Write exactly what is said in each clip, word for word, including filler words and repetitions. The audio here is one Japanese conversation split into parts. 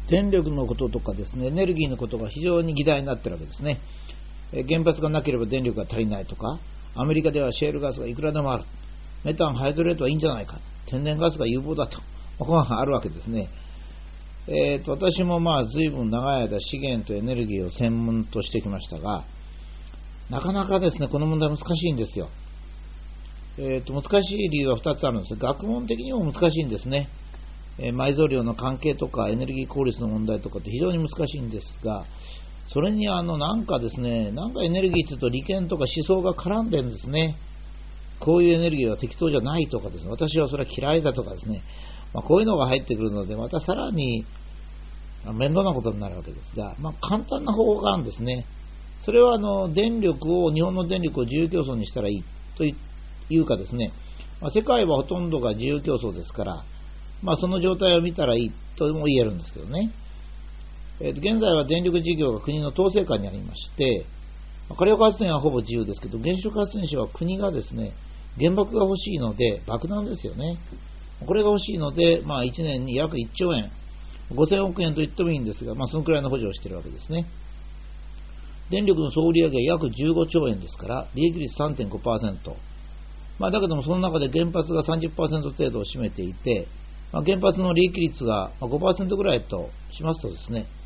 電力のこととかですね、エネルギーのことが非常に議題になっているわけですね。原発がなければ電力が足りないとか、アメリカではシェールガスがいくらでもある、メタン、ハイドレートはいいんじゃないか、天然ガスが有望だと、ここがあるわけですね。えー、と私もまあ随分長い間資源とエネルギーを専門としてきましたが、なかなかですねこの問題難しいんですよ。えー、と難しい理由はふたつあるんです。学問的にも難しいんですね。えー、埋蔵量の関係とかエネルギー効率の問題とかって非常に難しいんですが、それにあのなんかですね、なんかエネルギーというと利権とか思想が絡んでるんですね。こういうエネルギーは適当じゃないとかですね、私はそれは嫌いだとかですね、まあ、こういうのが入ってくるのでまたさらに面倒なことになるわけですが、まあ、簡単な方法があるんですね。それはあの電力を日本の電力を自由競争にしたらいいというかですね、まあ、世界はほとんどが自由競争ですから、まあ、その状態を見たらいいとも言えるんですけどね。えー、と現在は電力事業が国の統制下にありまして、火力発電はほぼ自由ですけど、原子力発電所は国がですね原爆が欲しいので、爆弾ですよね、これが欲しいので、まあ、いちねんに約いっちょうえん、ごせんおくえんと言ってもいいんですが、まあ、そのくらいの補助をしているわけですね。電力の総売上は約じゅうごちょうえんですから、利益率 さんてんごパーセント、まあ、だけどもその中で原発が さんじゅっパーセント 程度を占めていて、まあ、原発の利益率が ごパーセント ぐらいとしますとですね、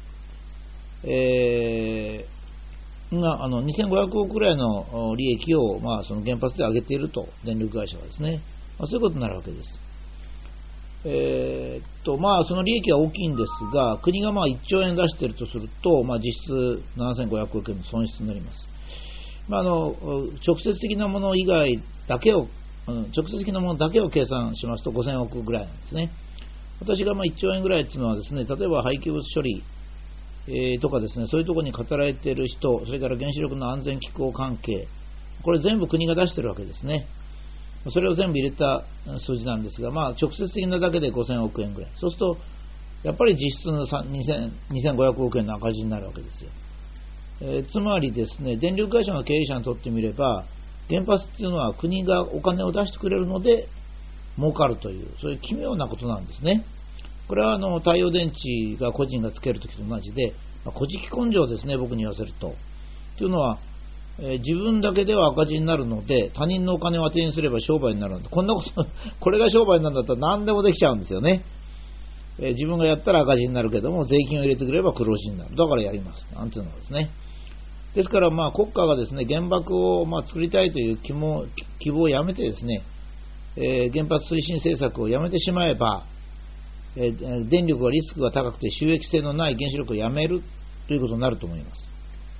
えー、があのにせんごひゃくおくぐらいの利益を、まあ、その原発で上げていると、電力会社はですね、まあ、そういうことになるわけです。えー、っとまあ、その利益は大きいんですが、国がまあいっちょうえん出しているとすると、まあ、実質ななせんごひゃくおくえんの損失になります。まあ、あの直接的なもの以外だけを、直接的なものだけを計算しますとごせんおくぐらいなんですね。私がまあいっちょうえんぐらいというのはですね、例えば廃棄物処理、えー、とかですね、そういうところに働いている人、それから原子力の安全機構関係、これ全部国が出しているわけですね。それを全部入れた数字なんですが、まあ、直接的なだけでごせんおくえんぐらい。そうすると、やっぱり実質のにせんごひゃくおくえんの赤字になるわけですよ。えー、つまりですね、電力会社の経営者にとってみれば、原発っていうのは国がお金を出してくれるので儲かるという、そういう奇妙なことなんですね。これはあの太陽電池が個人がつけるときと同じで、まあ、小じ根性ですね、僕に言わせると。というのは、えー、自分だけでは赤字になるので、他人のお金を当てにすれば商売になるので、こんなことこれが商売なんだったら何でもできちゃうんですよね。えー、自分がやったら赤字になるけども、税金を入れてくれば黒字になる、だからやりますなんていうのですね。ですからまあ国家がですね、原爆をまあ作りたいという希望、希望をやめてですね、えー、原発推進政策をやめてしまえば、えー、電力はリスクが高くて収益性のない原子力をやめるということになると思います。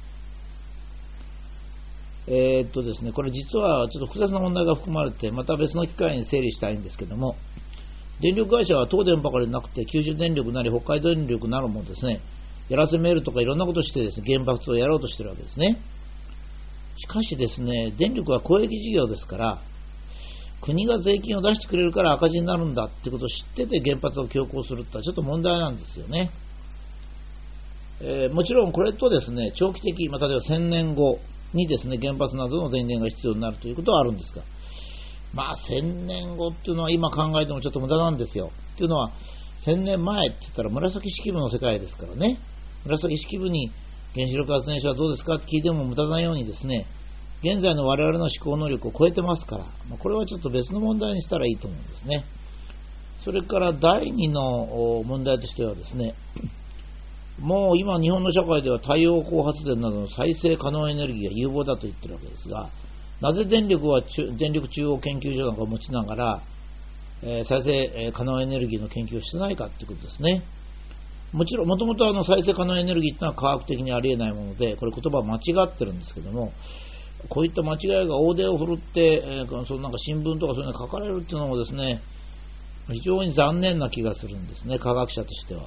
えー、っとですね、これ実はちょっと複雑な問題が含まれて、また別の機会に整理したいんですけども、電力会社は東電ばかりでなくて、九州電力なり北海道電力などもですね、やらせメールとかいろんなことをしてですね、原発をやろうとしているわけですね。しかしですね、電力は公益事業ですから、国が税金を出してくれるから赤字になるんだってことを知ってて原発を強行するってのはちょっと問題なんですよね。えー、もちろんこれとですね、長期的、まあ、例えばせんねんごにですね、原発などの電源が必要になるということはあるんですが、まあせんねんごっていうのは今考えてもちょっと無駄なんですよ。っていうのは、せんねんまえって言ったら紫式部の世界ですからね、紫式部に原子力発電所はどうですかって聞いても無駄なようにですね、現在の我々の思考能力を超えてますから、これはちょっと別の問題にしたらいいと思うんですね。それからだいにの問題としてはですね、もう今日本の社会では太陽光発電などの再生可能エネルギーが有望だと言っているわけですが、なぜ電力は電力中央研究所なんかを持ちながら、えー、再生可能エネルギーの研究をしてないかということですね。もちろん、もともとあの再生可能エネルギーというのは科学的にありえないもので、これ言葉は間違ってるんですけども、こういった間違いが大手を振るって、えー、そのなんか新聞とかそういうのが書かれるっていうのもですね、非常に残念な気がするんですね、科学者としては。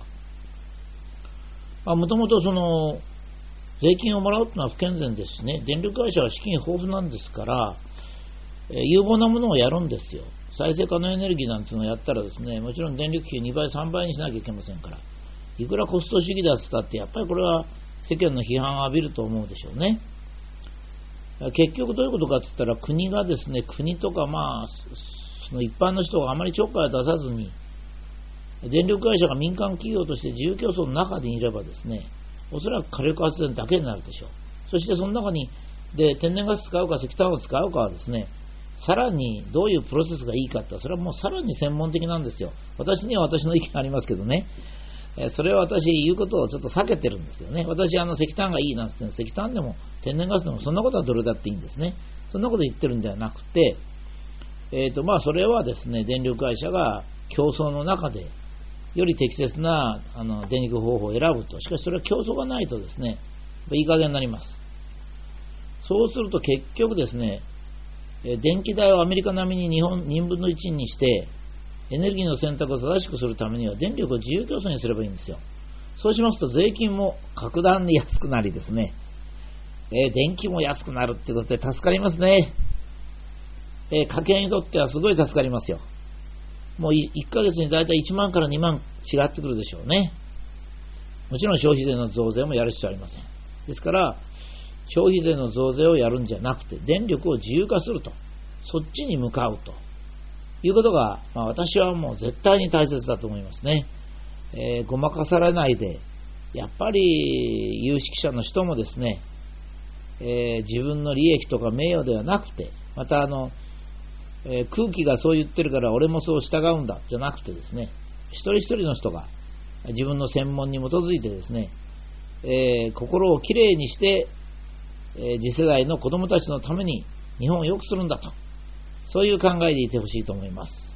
もともとその税金をもらうというのは不健全ですしね、電力会社は資金豊富なんですから、えー、有望なものをやるんですよ。再生可能エネルギーなんていうのをやったらですね、もちろん電力費をにばいさんばいにしなきゃいけませんから、いくらコスト主義だって言ったってやっぱりこれは世間の批判を浴びると思うでしょうね。結局どういうことかって言ったら、国がですね、国とかまあその一般の人があまりちょっかいを出さずに、 電力会社が民間企業として自由競争の中にいればですね、おそらく火力発電だけになるでしょう。そしてその中にで天然ガス使うか石炭を使うかはですね、さらにどういうプロセスがいいかって、それはもうさらに専門的なんですよ。私には私の意見ありますけどね、それは私言うことをちょっと避けてるんですよね。私あの石炭がいいなんて言って石炭でも天然ガスでもそんなことはどれだっていいんですね。そんなこと言ってるんではなくて、えーとまあ、それはですね、電力会社が競争の中でより適切なあの電力方法を選ぶと。しかしそれは競争がないとですね、いい加減になります。そうすると結局ですね、電気代をアメリカ並みに日本にぶんのいちにしてエネルギーの選択を正しくするためには電力を自由競争にすればいいんですよ。そうしますと税金も格段に安くなりですね、えー、電気も安くなるってことで助かりますね。えー、家計にとってはすごい助かりますよ。もういっかげつにだいたいいちまんからにまん違ってくるでしょうね。もちろん消費税の増税もやる必要ありません。ですから消費税の増税をやるんじゃなくて電力を自由化すると、そっちに向かうということが、まあ、私はもう絶対に大切だと思いますね。えー、ごまかされないで、やっぱり有識者の人もですね、えー、自分の利益とか名誉ではなくて、またあの、えー、空気がそう言ってるから俺もそう従うんだじゃなくてですね、一人一人の人が自分の専門に基づいてですね、えー、心をきれいにして、えー、次世代の子どもたちのために日本を良くするんだと、そういう考えでいてほしいと思います。